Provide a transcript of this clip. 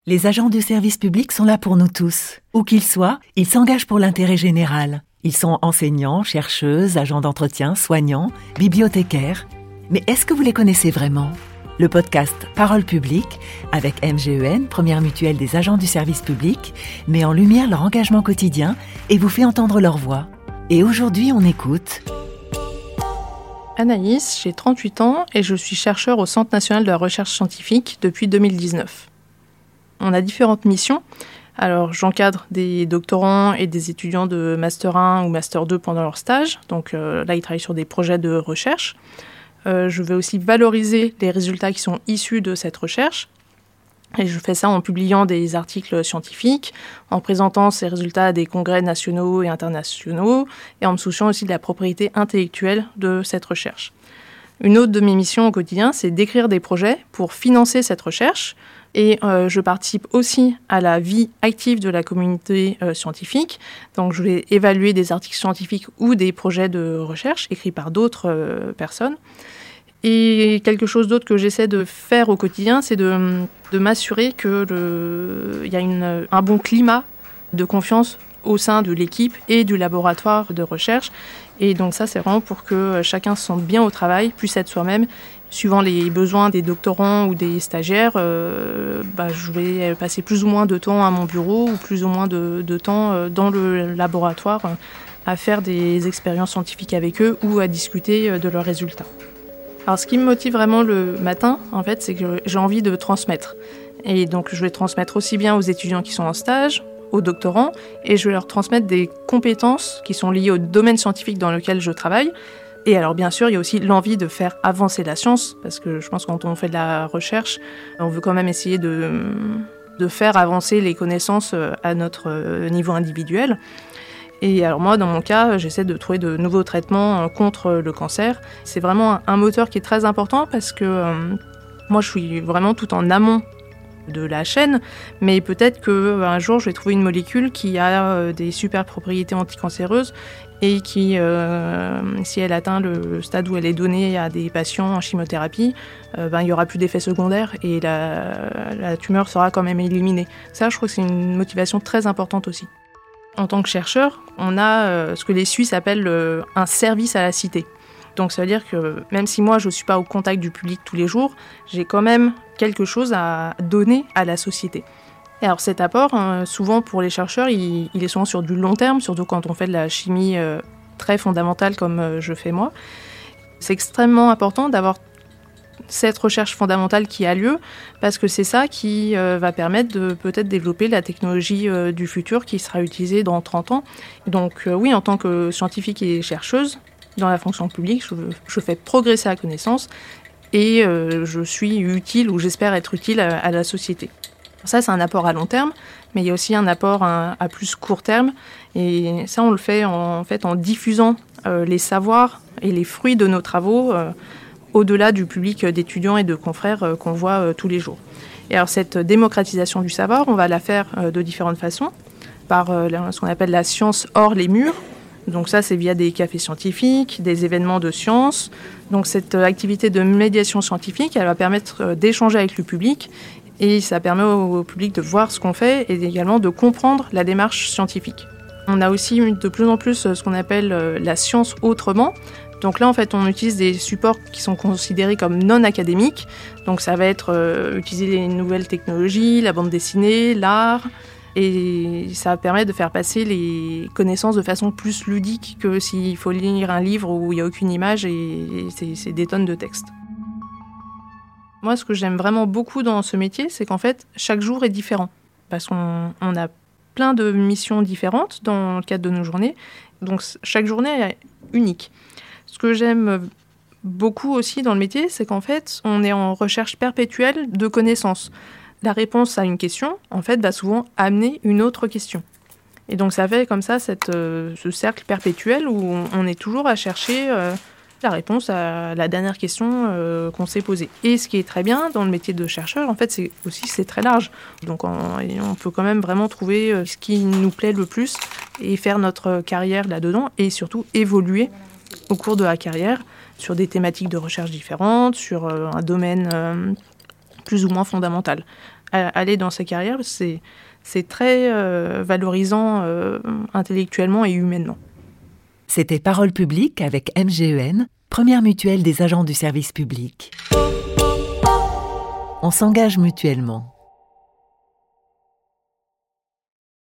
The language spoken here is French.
Les agents du service public sont là pour nous tous. Où qu'ils soient, ils s'engagent pour l'intérêt général. Ils sont enseignants, chercheuses, agents d'entretien, soignants, bibliothécaires. Mais est-ce que vous les connaissez vraiment ? Le podcast Parole publique, avec MGEN, première mutuelle des agents du service public, met en lumière leur engagement quotidien et vous fait entendre leur voix. Et aujourd'hui, on écoute... Anaïs, j'ai 38 ans et je suis chercheur au Centre national de la recherche scientifique depuis 2019. On a différentes missions. Alors, j'encadre des doctorants et des étudiants de Master 1 ou Master 2 pendant leur stage. Donc là, ils travaillent sur des projets de recherche. Je vais aussi valoriser les résultats qui sont issus de cette recherche. Et je fais ça en publiant des articles scientifiques, en présentant ces résultats à des congrès nationaux et internationaux, et en me souciant aussi de la propriété intellectuelle de cette recherche. Une autre de mes missions au quotidien, c'est d'écrire des projets pour financer cette recherche. Et je participe aussi à la vie active de la communauté scientifique. Donc je vais évaluer des articles scientifiques ou des projets de recherche écrits par d'autres personnes. Et quelque chose d'autre que j'essaie de faire au quotidien, c'est de m'assurer qu'il y a un bon climat de confiance au sein de l'équipe et du laboratoire de recherche. Et donc ça, c'est vraiment pour que chacun se sente bien au travail, puisse être soi-même. Suivant les besoins des doctorants ou des stagiaires, je vais passer plus ou moins de temps à mon bureau ou plus ou moins de temps dans le laboratoire à faire des expériences scientifiques avec eux ou à discuter de leurs résultats. Alors, ce qui me motive vraiment le matin, en fait, c'est que j'ai envie de transmettre. Et donc, je vais transmettre aussi bien aux étudiants qui sont en stage, aux doctorants, et je vais leur transmettre des compétences qui sont liées au domaine scientifique dans lequel je travaille. Et alors, bien sûr, il y a aussi l'envie de faire avancer la science, parce que je pense que quand on fait de la recherche, on veut quand même essayer de faire avancer les connaissances à notre niveau individuel. Et alors moi, dans mon cas, j'essaie de trouver de nouveaux traitements contre le cancer. C'est vraiment un moteur qui est très important parce que moi, je suis vraiment tout en amont de la chaîne, mais peut-être qu'un jour, je vais trouver une molécule qui a des super propriétés anticancéreuses et qui, si elle atteint le stade où elle est donnée à des patients en chimiothérapie, il n'y aura plus d'effets secondaires et la tumeur sera quand même éliminée. Ça, je trouve que c'est une motivation très importante aussi. En tant que chercheur, on a ce que les Suisses appellent un service à la cité. Donc ça veut dire que même si moi je ne suis pas au contact du public tous les jours, j'ai quand même quelque chose à donner à la société. Et alors cet apport, souvent pour les chercheurs, il est souvent sur du long terme, surtout quand on fait de la chimie très fondamentale comme je fais moi. C'est extrêmement important d'avoir cette recherche fondamentale qui a lieu, parce que c'est ça qui va permettre de peut-être développer la technologie du futur qui sera utilisée dans 30 ans. Et donc oui, en tant que scientifique et chercheuse, dans la fonction publique, je fais progresser la connaissance et je suis utile, ou j'espère être utile à la société. Ça, c'est un apport à long terme, mais il y a aussi un apport à plus court terme. Et ça, on le fait en diffusant les savoirs et les fruits de nos travaux au-delà du public d'étudiants et de confrères qu'on voit tous les jours. Et alors cette démocratisation du savoir, on va la faire de différentes façons, par ce qu'on appelle la science hors les murs. Donc ça, c'est via des cafés scientifiques, des événements de sciences. Donc cette activité de médiation scientifique, elle va permettre d'échanger avec le public, et ça permet au public de voir ce qu'on fait et également de comprendre la démarche scientifique. On a aussi de plus en plus ce qu'on appelle la science autrement. Donc là, en fait, on utilise des supports qui sont considérés comme non académiques. Donc ça va être utiliser les nouvelles technologies, la bande dessinée, l'art. Et ça permet de faire passer les connaissances de façon plus ludique que s'il faut lire un livre où il n'y a aucune image et c'est des tonnes de texte. Moi, ce que j'aime vraiment beaucoup dans ce métier, c'est qu'en fait, chaque jour est différent. Parce qu'on a plein de missions différentes dans le cadre de nos journées. Donc chaque journée est unique. Ce que j'aime beaucoup aussi dans le métier, c'est qu'en fait, on est en recherche perpétuelle de connaissances. La réponse à une question, en fait, va souvent amener une autre question. Et donc, ça fait comme ça ce cercle perpétuel où on est toujours à chercher la réponse à la dernière question qu'on s'est posée. Et ce qui est très bien dans le métier de chercheur, en fait, c'est très large. Donc, on peut quand même vraiment trouver ce qui nous plaît le plus et faire notre carrière là-dedans et surtout évoluer au cours de la carrière sur des thématiques de recherche différentes, sur un domaine plus ou moins fondamental. aller dans sa carrière. C'est très valorisant intellectuellement et humainement. C'était Parole publique avec MGEN, première mutuelle des agents du service public. On s'engage mutuellement.